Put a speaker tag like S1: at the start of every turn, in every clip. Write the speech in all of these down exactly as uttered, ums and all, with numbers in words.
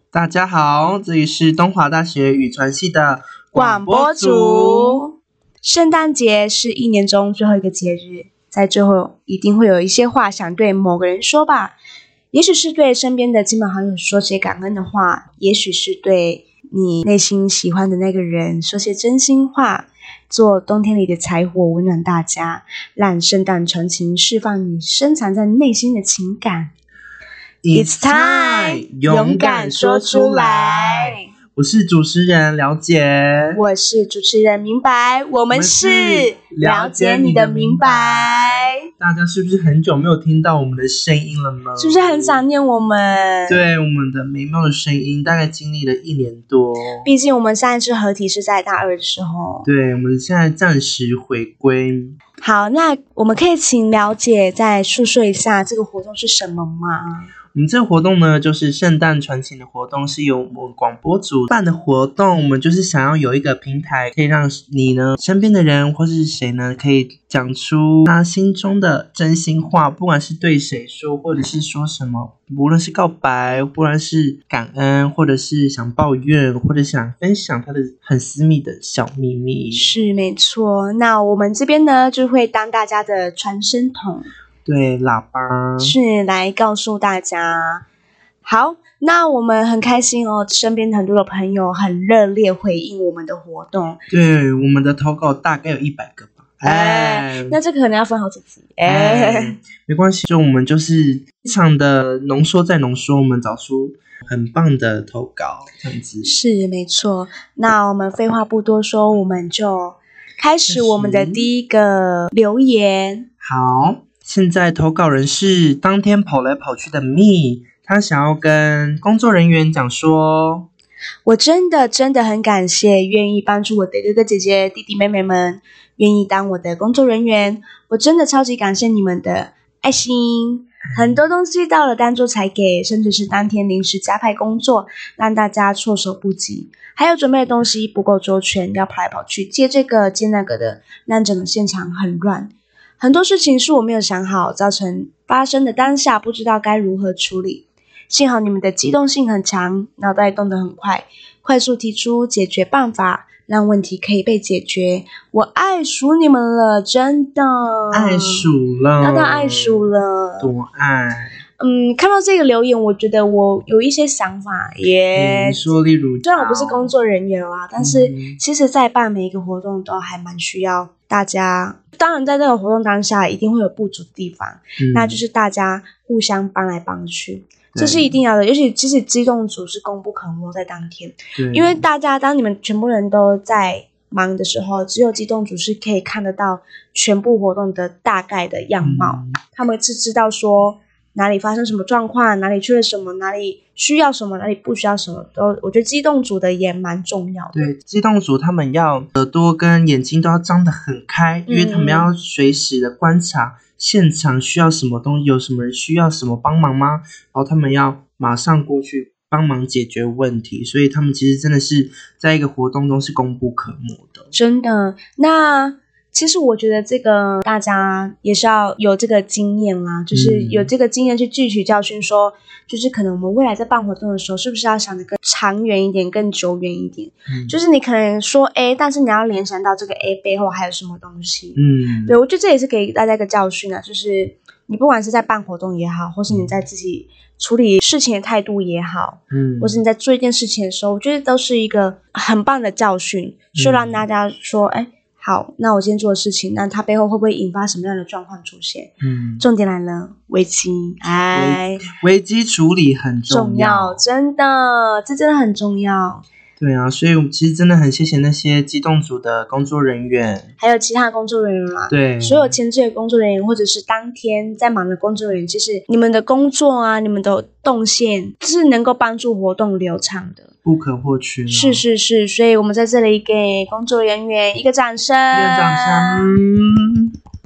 S1: 大家好，这里是东华大学语传系的
S2: 广播组。圣诞节是一年中最后一个节日，在最后一定会有一些话想对某个人说吧，也许是对身边的亲朋好友说些感恩的话，也许是对你内心喜欢的那个人说些真心话，做冬天里的柴火温暖大家，让圣诞传情释放你深藏在内心的情感。It's time， 勇敢说出来。
S1: 我是主持人了解，
S2: 我是主持人明白，我们是了解你的明白。
S1: 大家是不是很久没有听到我们的声音了呢？
S2: 是不是很想念我们？
S1: 对，我们的美妙的声音大概经历了一年多，
S2: 毕竟我们上一次合体是在大二的时候。
S1: 对，我们现在暂时回归。
S2: 好，那我们可以请了解再述说一下这个活动是什么吗？
S1: 我们这个活动呢，就是圣诞传情的活动，是由我们广播组办的活动。我们就是想要有一个平台，可以让你呢身边的人或是谁呢，可以讲出他心中的真心话，不管是对谁说，或者是说什么，无论是告白，不论是感恩，或者是想抱怨，或者想分享他的很私密的小秘密。
S2: 是没错，那我们这边呢，就会当大家的传声筒。
S1: 对，喇叭
S2: 是来告诉大家。好，那我们很开心哦，身边很多的朋友很热烈回应我们的活动。
S1: 对，我们的投稿大概有一百个吧。
S2: 哎，那这个可能要分好几集。哎，
S1: 哎没关系，就我们就是非常的浓缩再浓缩，我们找出很棒的投稿，这样子。
S2: 是没错。那我们废话不多说，我们就开始我们的第一个留言。
S1: 好。现在投稿人是当天跑来跑去的蜜，他想要跟工作人员讲说，
S2: 我真的真的很感谢愿意帮助我的哥哥姐姐弟弟妹妹们，愿意当我的工作人员，我真的超级感谢你们的爱心。很多东西到了当周才给，甚至是当天临时加派工作，让大家措手不及，还有准备的东西不够周全，要跑来跑去接这个接那个的，让整个现场很乱。很多事情是我没有想好，造成发生的当下不知道该如何处理。幸好你们的机动性很强，脑袋动得很快，快速提出解决办法，让问题可以被解决。我爱数你们了，真的
S1: 爱数了，
S2: 真的爱数了，
S1: 多爱。
S2: 嗯，看到这个留言，我觉得我有一些想法耶。
S1: 你说，例如，
S2: 虽然我不是工作人员啦，但是其实在办每一个活动都还蛮需要大家。当然，在这个活动当下，一定会有不足的地方，嗯、那就是大家互相帮来帮去，这是一定要的。尤其其实机动组是功不可没，在当天，因为大家当你们全部人都在忙的时候，只有机动组是可以看得到全部活动的大概的样貌，嗯、他们是知道说哪里发生什么状况，哪里缺了什么，哪里需要什么，哪里不需要什么，都我觉得机动组的也蛮重要的。
S1: 对，机动组他们要耳朵跟眼睛都要张得很开，因为他们要随时的观察现场需要什么东西，有什么人需要什么帮忙吗？然后他们要马上过去帮忙解决问题，所以他们其实真的是在一个活动中是功不可没的。
S2: 真的，那其实我觉得这个大家也是要有这个经验啦，就是有这个经验去汲取教训说，就是可能我们未来在办活动的时候，是不是要想得更长远一点，更久远一点，嗯、就是你可能说 A， 但是你要联想到这个 A 背后还有什么东西。嗯，对，我觉得这也是给大家一个教训啊，就是你不管是在办活动也好，或是你在自己处理事情的态度也好，嗯，或是你在做一件事情的时候，我觉得都是一个很棒的教训，是让大家说，哎、嗯。好，那我今天做的事情，那它背后会不会引发什么样的状况出现？嗯，重点来了，危机，哎，
S1: 危机处理很重要，
S2: 重要，真的，这真的很重要。
S1: 对啊，所以我们其实真的很谢谢那些机动组的工作人员，
S2: 还有其他工作人员啦。
S1: 对，
S2: 所有前置的工作人员，或者是当天在忙的工作人员，其实你们的工作啊，你们的动线是能够帮助活动流畅的，
S1: 不可或缺。
S2: 是是是，所以我们在这里给工作人员一个掌声，
S1: 一个掌声，
S2: 耶、yeah ！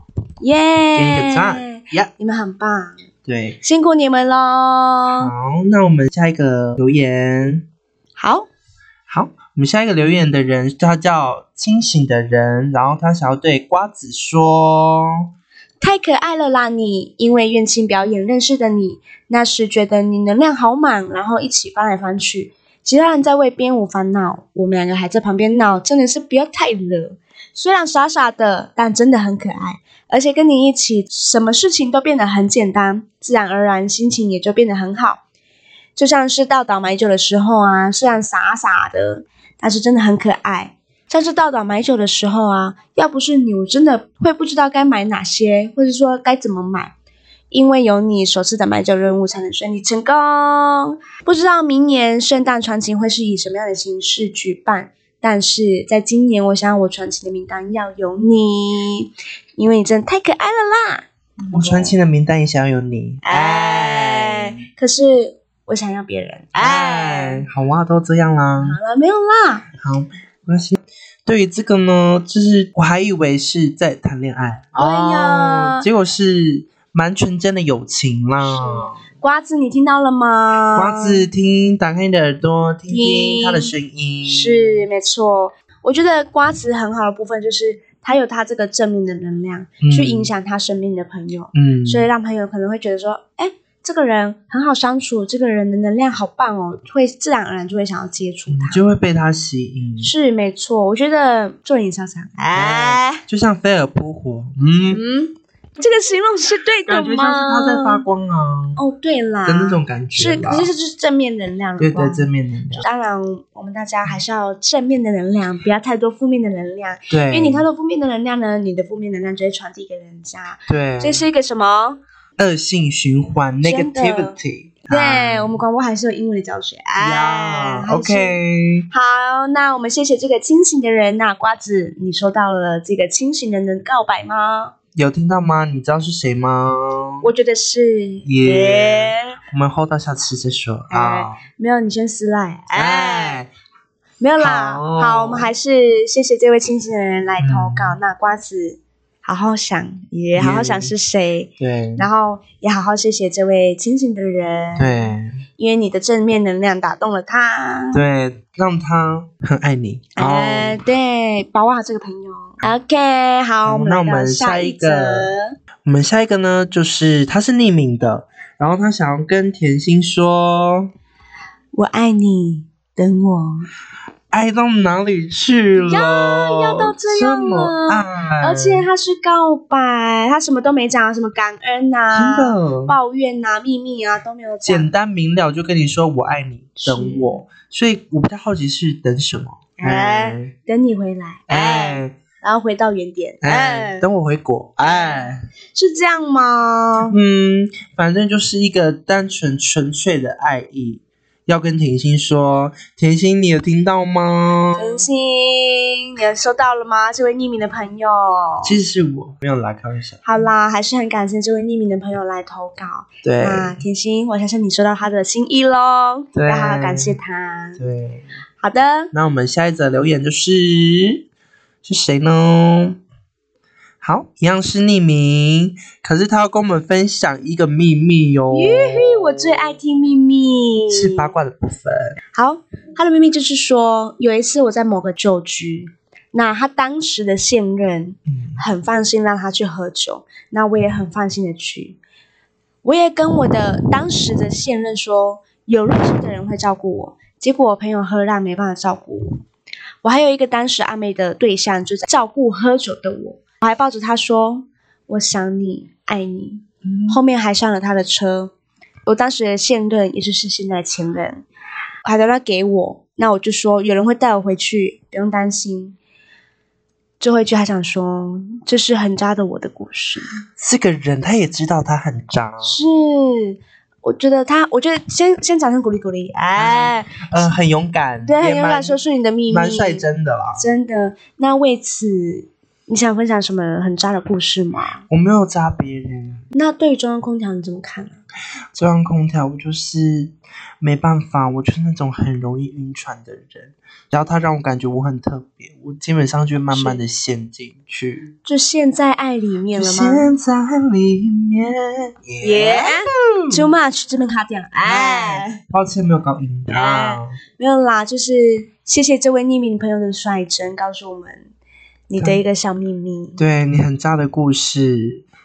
S1: 给一个赞，呀、yeah ！
S2: 你们很棒，
S1: 对，
S2: 辛苦你们咯。
S1: 好，那我们下一个留言，
S2: 好。
S1: 好，我们下一个留言的人，他叫清醒的人，然后他想要对瓜子说：
S2: 太可爱了啦你！因为怨情表演认识的你，那时觉得你能量好满，然后一起翻来翻去，其他人在为编舞烦恼，我们两个还在旁边闹，真的是不要太惹。虽然傻傻的，但真的很可爱，而且跟你一起，什么事情都变得很简单，自然而然心情也就变得很好。就像是倒倒买酒的时候啊，虽然傻傻的，但是真的很可爱。像是倒倒买酒的时候啊，要不是你，我真的会不知道该买哪些，或者说该怎么买。因为有你，首次的买酒任务才能顺利成功。不知道明年圣诞传情会是以什么样的形式举办，但是在今年，我想我传情的名单要有你，因为你真的太可爱了啦。
S1: 我传情的名单也想要有你，
S2: 哎，可是我想要别人，
S1: 哎，好啊，都这样啦。
S2: 好了，没有啦。
S1: 好，没关系。对于这个呢，就是我还以为是在谈恋爱，
S2: 对呀、
S1: 哦，结果是蛮纯真的友情啦。
S2: 瓜子，你听到了吗？
S1: 瓜子，听，打开你的耳朵，听听
S2: 听
S1: 他的声音。
S2: 是，没错。我觉得瓜子很好的部分就是他有他这个正面的能量，
S1: 嗯、
S2: 去影响他身边的朋友，
S1: 嗯，
S2: 所以让朋友可能会觉得说，哎，这个人很好相处，这个人的能量好棒哦，会自然而然就会想要接触他，
S1: 嗯、就会被他吸引。
S2: 是没错，我觉得做人潇洒，哎，
S1: 就像飞蛾扑火，嗯
S2: 嗯，这个形容是对的吗？
S1: 感觉像是他在发光啊。
S2: 哦，对啦，
S1: 的那种感觉
S2: 是，可是这就是正面能量，
S1: 对对，正面能量。
S2: 当然，我们大家还是要正面的能量，不要太多负面的能量。
S1: 对，
S2: 因为你太多负面的能量呢，你的负面能量就会传递给人家。
S1: 对，
S2: 这是一个什么？
S1: 恶性循环 ，negativity。
S2: 对、啊、我们广播还是有英文的教学。哎、
S1: yeah, ，OK。
S2: 好，那我们谢谢这个清醒的人。那瓜子，你收到了这个清醒人的告白吗？
S1: 有听到吗？你知道是谁吗？
S2: 我觉得是
S1: 耶。Yeah, 我们hold到下次再说啊、
S2: 哎
S1: 哦。
S2: 没有，你先私赖。哎。
S1: 哎
S2: 没有啦，好，好，我们还是谢谢这位清醒的人来投稿。嗯、那瓜子好好想，也好好想是谁，
S1: 对，
S2: 然后也好好谢谢这位清醒的人，
S1: 对，
S2: 因为你的正面能量打动了他，
S1: 对，让他很爱你，
S2: 哎、呃，对，把握好这个朋友。OK， 好，我们来到下一个，
S1: 我们下一个呢，就是他是匿名的，然后他想要跟甜心说，
S2: 我爱你，等我。
S1: 爱到哪里去了？
S2: 呀，要到这样了，而且他是告白，他什么都没讲，什么感恩啊，
S1: 真的
S2: 抱怨啊，秘密啊都没有讲，
S1: 简单明了就跟你说我爱你，等我。所以我比较好奇是等什么？
S2: 哎，哎等你回来，哎，哎然后回到原点，
S1: 哎，哎等我回国，哎，
S2: 是这样吗？
S1: 嗯，反正就是一个单纯纯粹的爱意。要跟甜心说，甜心你有听到吗？
S2: 甜心你有收到了吗？这位匿名的朋友，
S1: 其实是我，没有来开玩笑。
S2: 好啦，还是很感谢这位匿名的朋友来投稿。
S1: 对，
S2: 那甜心，我相信你收到他的心意咯，
S1: 对，
S2: 要好好感谢他。
S1: 对，
S2: 好的。
S1: 那我们下一则留言就是是谁呢？好，一样是匿名，可是他要跟我们分享一个秘密哟。
S2: 吁，我最爱听秘密，
S1: 是八卦的部分。
S2: 好，他的秘密就是说，有一次我在某个酒局，那他当时的现任很放心让他去喝酒，那我也很放心的去，我也跟我的当时的现任说，有认识的人会照顾我，结果我朋友喝烂没办法照顾我，我还有一个当时暧昧的对象就在照顾喝酒的我。我还抱着他说我想你爱你、嗯、后面还上了他的车，我当时的现任也就是现在的前任还打电话给我，那我就说有人会带我回去，不用担心。最后一句还想说这是很渣的我的故事。
S1: 这个人他也知道他很渣，
S2: 是我觉得他我觉得先先掌声鼓励鼓励，哎，
S1: 呃很勇敢，
S2: 对，很勇敢说出你的秘密，
S1: 蛮率真的啦，
S2: 真的。那为此你想分享什么很渣的故事吗？
S1: 我没有渣别人。
S2: 那对于中央空调你怎么看呢？
S1: 中央空调我就是没办法，我就是那种很容易晕船的人，然后他让我感觉我很特别，我基本上就慢慢的陷进去，
S2: 就陷在爱里面了吗？
S1: 陷在里面
S2: 耶、yeah, too much 这边卡掉，哎，
S1: 抱歉没有高音啊、哎，
S2: 没有啦，就是谢谢这位匿名朋友的率真告诉我们你的一个小秘密，
S1: 对，你很渣的故事，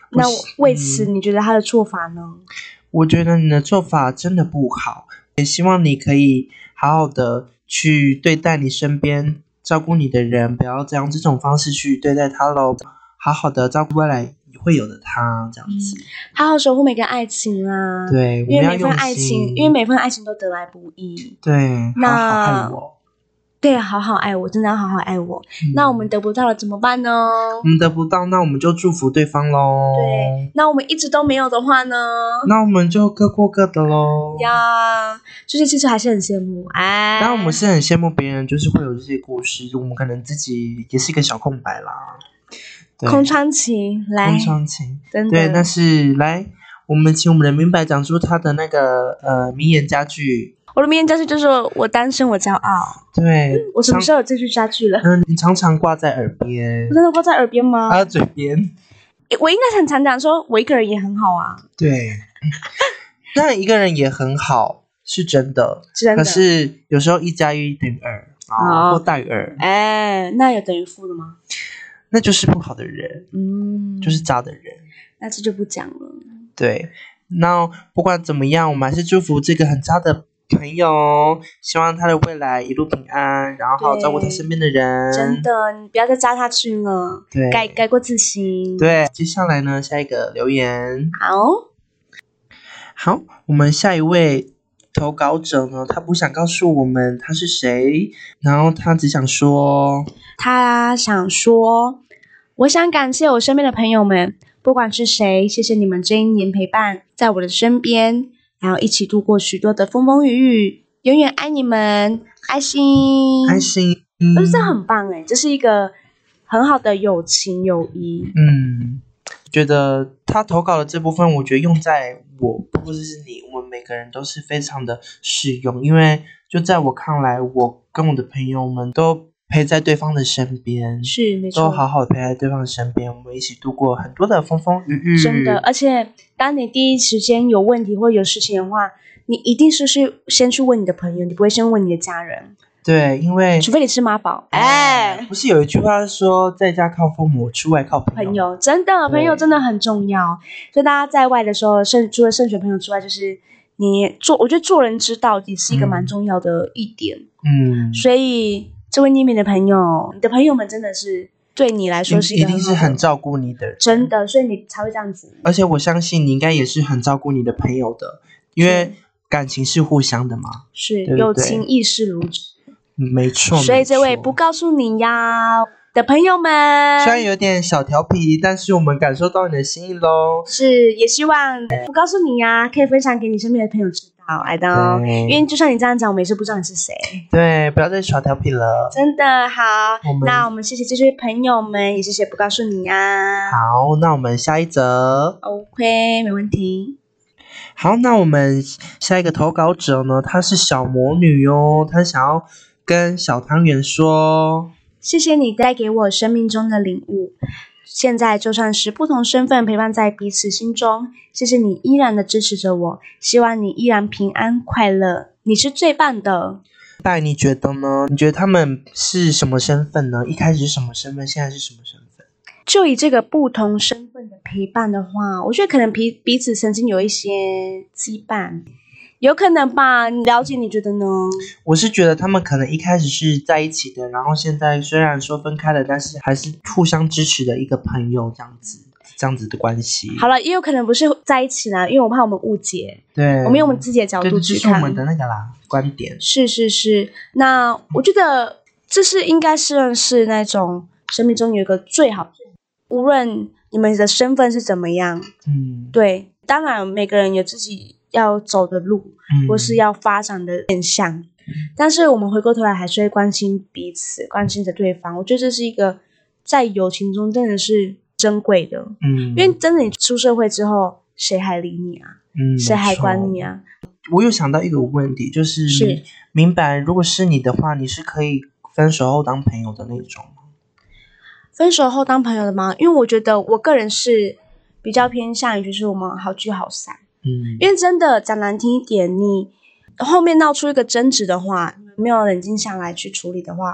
S2: 那为此你觉得他的做法呢？
S1: 我觉得你的做法真的不好，也希望你可以好好的去对待你身边照顾你的人，不要再用这种方式去对待他咯，好好的照顾未来会有的他，这样子、嗯、
S2: 好好守护每个爱情啊。
S1: 对，
S2: 因为每份爱情因为每份爱情都得来不易。
S1: 对，
S2: 那
S1: 好好爱我。
S2: 对，好好爱我，真的要好好爱我、嗯、那我们得不到了怎么办呢？
S1: 我们得不到，那我们就祝福对方咯。
S2: 对，那我们一直都没有的话呢？
S1: 那我们就各过各的咯。
S2: 呀，就是其实还是很羡慕。哎，
S1: 但我们是很羡慕别人就是会有这些故事，我们可能自己也是一个小空白啦。
S2: 空窗期，来，
S1: 空窗期，
S2: 真的。
S1: 对，但是来，我们请我们的明白讲出他的那个呃名言佳句。
S2: 我的名言佳句就是我单身我骄傲。
S1: 对、嗯、
S2: 我什么时候有这句佳句了？
S1: 嗯，你常常挂在耳边。
S2: 我真的挂在耳边吗？
S1: 啊，嘴边。
S2: 我应该很常讲说我一个人也很好啊。
S1: 对，那一个人也很好是真的，
S2: 真的。
S1: 可是有时候一加一等于二啊，或大于二。
S2: 哎，那有等于负的吗？
S1: 那就是不好的人，
S2: 嗯，
S1: 就是渣的人。
S2: 那这就不讲了。
S1: 对，那不管怎么样，我们还是祝福这个很渣的朋友，希望他的未来一路平安，然后好好照顾他身边的人。
S2: 真的，你不要再渣下去了。
S1: 对，
S2: 改改过自新。
S1: 对，接下来呢，下一个留言。
S2: 好，
S1: 好，我们下一位投稿者呢，他不想告诉我们他是谁，然后他只想说，
S2: 他想说，我想感谢我身边的朋友们，不管是谁，谢谢你们这一年陪伴在我的身边。然后一起度过许多的风风雨雨，永远爱你们，爱心，
S1: 爱心，
S2: 我觉得这很棒诶，这是一个很好的友情友谊。
S1: 嗯，觉得他投稿的这部分，我觉得用在我，或者是你，我们每个人都是非常的适用，因为就在我看来，我跟我的朋友们都陪在对方的身边，
S2: 是没错，
S1: 都好好的陪在对方的身边，我们一起度过很多的风风雨雨。
S2: 真的，而且当你第一时间有问题或有事情的话，你一定是是先去问你的朋友，你不会先问你的家人。
S1: 对，因为
S2: 除非你吃妈宝。哎，
S1: 不是有一句话说，在家靠父母，出外靠朋友。
S2: 朋友真的，朋友真的很重要。所以大家在外的时候，甚除了慎选朋友之外，就是你做，我觉得做人之道也是一个蛮重要的一点。嗯，所以。这位匿名的朋友，你的朋友们真的是对你来说是一个
S1: 一定是很照顾你的人，
S2: 真的，所以你才会这样子。
S1: 而且我相信你应该也是很照顾你的朋友的，因为感情是互相的嘛，
S2: 是，对对，友情亦是如此。
S1: 没错，
S2: 所以这位不告诉你呀的朋友们，
S1: 虽然有点小调皮，但是我们感受到你的心意咯。
S2: 是，也希望不告诉你呀，可以分享给你身边的朋友知道。好，爱的哦，因为就像你这样讲，我们也是不知道你是谁。
S1: 对，不要再耍调皮了。
S2: 真的好，我那我们谢谢这些朋友们，也谢谢不告诉你呀。
S1: 好，那我们下一则。
S2: OK， 没问题。
S1: 好，那我们下一个投稿者呢，她是小魔女哦，她想要跟小汤圆说，
S2: 谢谢你带给我生命中的领悟。现在就算是不同身份陪伴在彼此心中，谢谢你依然的支持着我，希望你依然平安快乐，你是最棒的。
S1: 但你觉得呢？你觉得他们是什么身份呢？一开始是什么身份，现在是什么身份？
S2: 就以这个不同身份的陪伴的话，我觉得可能彼彼此曾经有一些羁绊。有可能吧，你了解你觉得呢？
S1: 我是觉得他们可能一开始是在一起的，然后现在虽然说分开了，但是还是互相支持的一个朋友这样子，这样子的关系。
S2: 好了，也有可能不是在一起啦，因为我怕我们误解。
S1: 对，
S2: 我们用我们自己的角度去看，
S1: 这是我们的那个啦观点。
S2: 是是是，那我觉得这是应该是是那种生命中有一个最好，无论你们的身份是怎么样，嗯，对，当然每个人有自己要走的路，嗯、或是要发展的面向，嗯、但是我们回过头来还是会关心彼此，关心着对方。我觉得这是一个在友情中真的是珍贵的，嗯，因为真的你出社会之后，谁还理你啊？嗯，谁还管你啊？
S1: 我有想到一个问题，就是是明白，如果是你的话，你是可以分手后当朋友的那种吗？
S2: 分手后当朋友的吗？因为我觉得我个人是比较偏向于就是我们好聚好散。嗯，因为真的讲难听一点，你后面闹出一个争执的话，没有冷静下来去处理的话，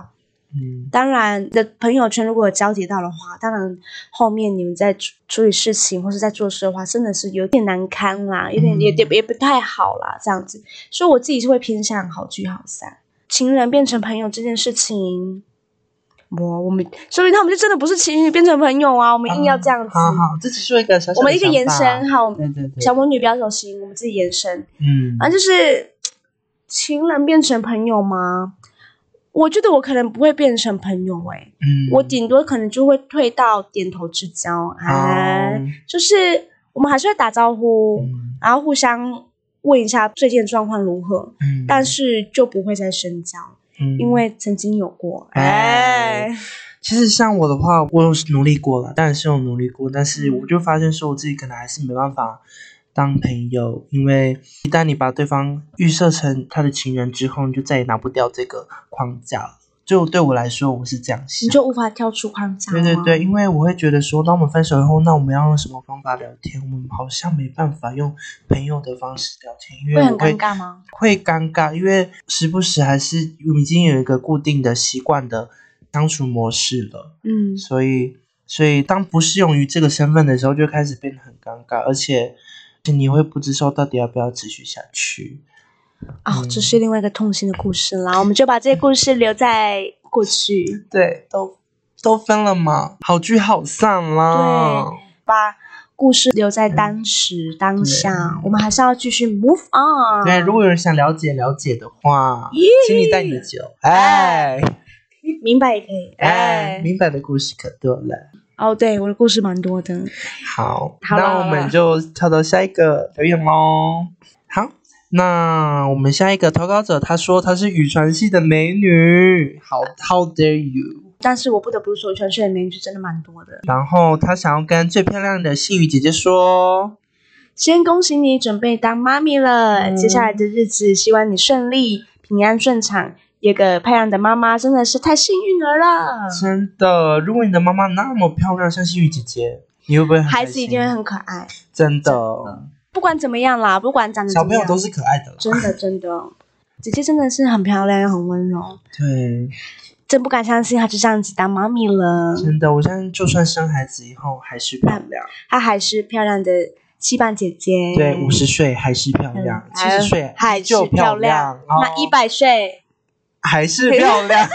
S2: 嗯，当然你的朋友圈如果有交集到的话，当然后面你们在处理事情或是在做事的话，真的是有点难堪啦，有点、嗯、也也也不太好啦，这样子。所以我自己是会偏向好聚好散。情人变成朋友这件事情，我我们说明他们就真的不是情侣变成朋友啊，我们硬要这样子。
S1: 啊、好好，这只是一个小小的想法，
S2: 我们一个延伸，好，
S1: 对对对，
S2: 小魔女不要走心，我们自己延伸。
S1: 嗯，
S2: 反正就是情人变成朋友吗？我觉得我可能不会变成朋友诶、欸嗯、我顶多可能就会退到点头之交，哎、嗯，就是我们还是会打招呼，嗯、然后互相问一下最近的状况如何，嗯，但是就不会再深交，嗯，因为曾经有过，哎、
S1: 嗯，其实像我的话，我有努力过了，当然是有努力过，但是我就发现说我自己可能还是没办法当朋友，因为一旦你把对方预设成他的情人之后，你就再也拿不掉这个框架了。就对我来说，我是这样想，
S2: 你就无法跳出框架吗？
S1: 对对对，因为我会觉得说，当我们分手以后，那我们要用什么方法聊天？我们好像没办法用朋友的方式聊天，因为我
S2: 会很尴尬吗？
S1: 会尴尬，因为时不时还是已经有一个固定的习惯的相处模式了，嗯，所以所以当不适用于这个身份的时候，就开始变得很尴尬，而且你会不知道到底要不要持续下去。
S2: 哦、嗯，这是另外一个痛心的故事啦，我们就把这些故事留在过去。
S1: 对，都都分了嘛，好聚好散啦。
S2: 对，把故事留在当时、嗯、当下，我们还是要继续 move on。
S1: 对，如果有人想了解了解的话，请你带你的酒。哎，
S2: 明白也可以。
S1: 哎，明白的故事可多了。
S2: 哦，对，我的故事蛮多的。
S1: 好，好那我们就跳到下一个留言咯。好。那我们下一个投稿者，他说他是语传系的美女，好 how dare you？
S2: 但是我不得不说，语传系的美女是真的蛮多的。
S1: 然后他想要跟最漂亮的幸雨姐姐说，
S2: 先恭喜你准备当妈咪了，嗯、接下来的日子希望你顺利、平安顺畅。有个漂亮的妈妈真的是太幸运了。
S1: 真的，如果你的妈妈那么漂亮，像幸雨姐姐，你会不会很开心？
S2: 孩子一定会很可爱。
S1: 真的。真的
S2: 不管怎么样啦，不管长得怎么样，
S1: 小朋友都是可爱的啦。
S2: 真的真的，姐姐真的是很漂亮又很温柔。
S1: 对，
S2: 真不敢相信她就这样子当妈咪了。
S1: 真的，我现在就算生孩子以后还是漂亮，
S2: 她还是漂亮的七瓣姐姐。
S1: 对，五十岁还是漂亮，七十岁
S2: 还是漂亮，那一百岁
S1: 还是漂亮。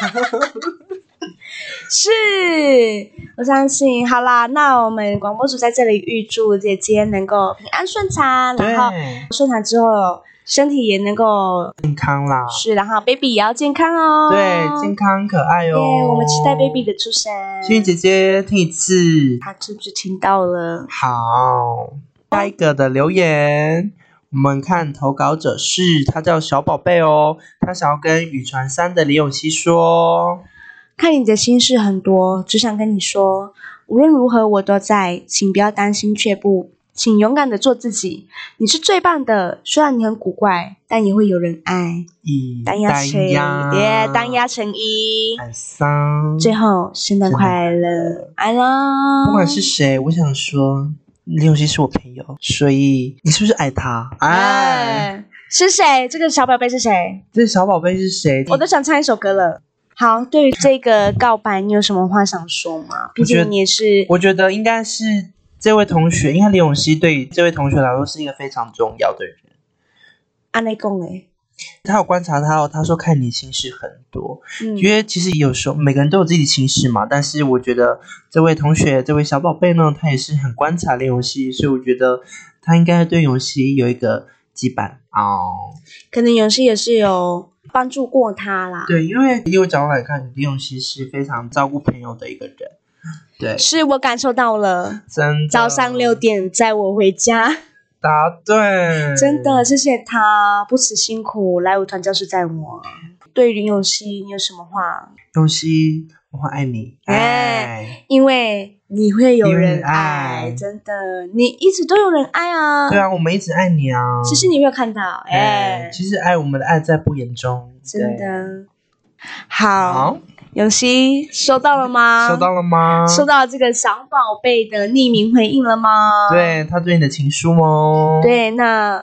S2: 是，我相信。好啦，那我们广播组在这里预祝姐姐能够平安顺产，然后顺产之后身体也能够
S1: 健康啦。
S2: 是，然后 baby 也要健康哦。
S1: 对，健康可爱哦。
S2: yeah, 我们期待 baby 的出生。
S1: 幸运姐姐听一次，
S2: 她是不是听到了？
S1: 好，下一个的留言。我们看投稿者是他叫小宝贝哦，他想要跟语传三的李永熙说。
S2: 看你的心事很多，只想跟你说，无论如何我都在，请不要担心却步，请勇敢的做自己，你是最棒的，虽然你很古怪，但也会有人爱。单压成一，单压成一。最后，圣诞快乐，爱啦！
S1: 不管是谁，我想说，李永熙是我朋友，所以你是不是爱他？哎，
S2: 是谁？这个小宝贝是谁？
S1: 这个小宝贝是谁？
S2: 我都想唱一首歌了。好，对于这个告白，你有什么话想说吗？毕竟你也是，
S1: 我觉得应该是这位同学，因为李永熙对于这位同学来说是一个非常重要的人。
S2: 按内讲诶，
S1: 他有观察他哦，他说看你心事很多，嗯，因为其实有时候每个人都有自己的心事嘛，但是我觉得这位同学，这位小宝贝呢，他也是很观察李永熙，所以我觉得他应该对永熙有一个羁绊哦。
S2: 可能永熙也是有帮助过他啦。
S1: 对，因为以我角度来看，李永熙是非常照顾朋友的一个人。对，
S2: 是我感受到了。
S1: 真的，
S2: 早上六点载我回家。
S1: 答对，
S2: 真的谢谢他不辞辛苦来舞团教室载我。对于林永熙，你有什么话？
S1: 永熙，我会爱你，
S2: 哎，因为你会有人爱，爱真的，你一直都有人爱啊。
S1: 对啊，我们一直爱你啊。
S2: 其实你没有看到，哎，
S1: 其实爱我们的爱在不言中，
S2: 真的。好。好永熙收到了吗？
S1: 收到了吗？
S2: 收到这个小宝贝的匿名回应了吗？
S1: 对，他对你的情书哦。
S2: 对，那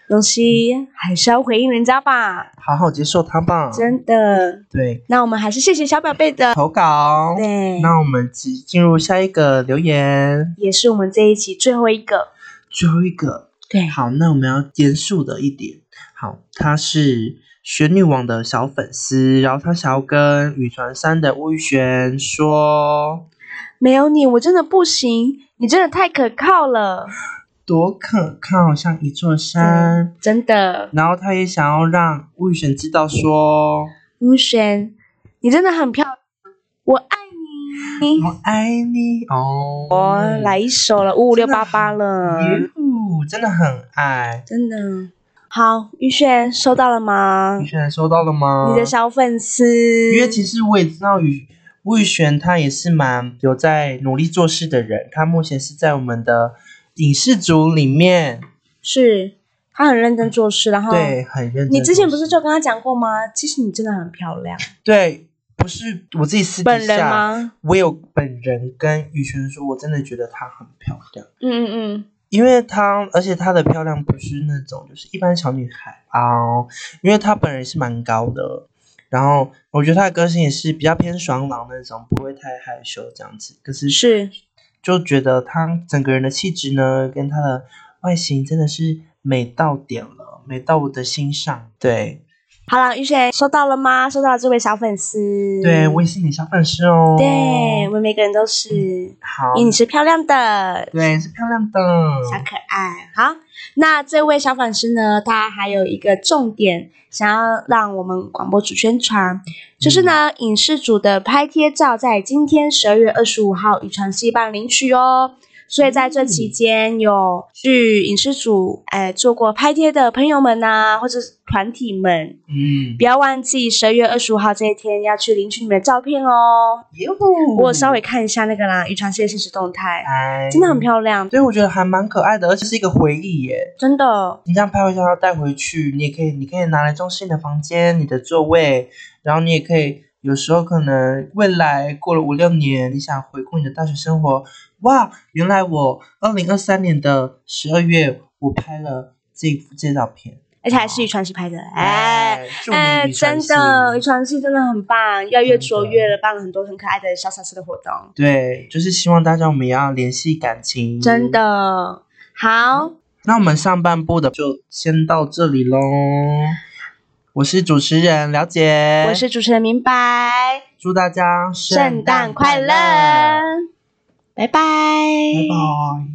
S2: 东西还是要回应人家吧，
S1: 好好接受它吧。
S2: 真的。
S1: 对，
S2: 那我们还是谢谢小宝贝的
S1: 投稿。
S2: 对，
S1: 那我们进进入下一个留言，
S2: 也是我们这一期最后一个。
S1: 最后一个。
S2: 对，
S1: 好，那我们要严肃的一点。好，他是玄女网的小粉丝，然后他想要跟雨传三的吴宇璇说，
S2: 没有你我真的不行，你真的太可靠了，
S1: 多可靠，像一座山，
S2: 真的。
S1: 然后他也想要让吴宇璇知道说，
S2: 吴宇璇，你真的很漂亮，我爱你，
S1: 我爱你哦。
S2: 我来一首了，五五六八八了，
S1: 真的很爱，
S2: 真的。好，宇璇收到了吗？
S1: 宇璇收到了吗？
S2: 你的小粉丝，
S1: 因为其实我也知道宇吴宇璇他也是蛮有在努力做事的人，他目前是在我们的影视组里面，
S2: 是他很认真做事，然后
S1: 对，很认真。
S2: 你之前不是就跟他讲过吗？其实你真的很漂亮。
S1: 对，不是我自己私底下
S2: 本人吗？我
S1: 有本人跟宇璇说，我真的觉得她很漂亮。
S2: 嗯嗯嗯。
S1: 因为她，而且她的漂亮不是那种就是一般小女孩啊、哦，因为她本人是蛮高的，然后我觉得她的个性也是比较偏爽朗那种，不会太害羞这样子。可是
S2: 是
S1: 就觉得她整个人的气质呢，跟她的外形真的是美到点了，美到我的心上。对，
S2: 好了，宇璇收到了吗？收到了这位小粉丝。
S1: 对，我也是你小粉丝哦。
S2: 对，我们每个人都是。
S1: 好，
S2: 因为你是漂亮的。
S1: 对，是漂亮的
S2: 小可爱。好，那这位小粉丝呢，他还有一个重点想要让我们广播组宣传，就是呢、嗯、影视组的拍贴照在今天十二月二十五号语传系办领取哦。所以在这期间有去影视组哎做过拍贴的朋友们呐、啊，或者团体们，嗯，不要忘记十二月二十五号这一天要去领取你们的照片哦。我稍微看一下那个啦，语传系的现实动态，哎，真的很漂亮。
S1: 对，我觉得还蛮可爱的，而且是一个回忆耶。
S2: 真的，
S1: 你这样拍回家要带回去，你也可以，你可以拿来装饰你的房间、你的座位，然后你也可以。有时候可能未来过了五六年，你想回顾你的大学生活，哇，原来我二零二三年的十二月我拍了这这些照片，
S2: 而且还是语传系拍的，哎
S1: 哎，
S2: 真的，语传系真的很棒，越来越卓越了，办了很多很可爱的小小事的活动。
S1: 对，就是希望大家我们也要联系感情，
S2: 真的好。
S1: 那我们上半部的就先到这里咯。我是主持人了解，
S2: 我是主持人明白，
S1: 祝大家
S2: 圣诞快乐，拜拜，
S1: 拜拜。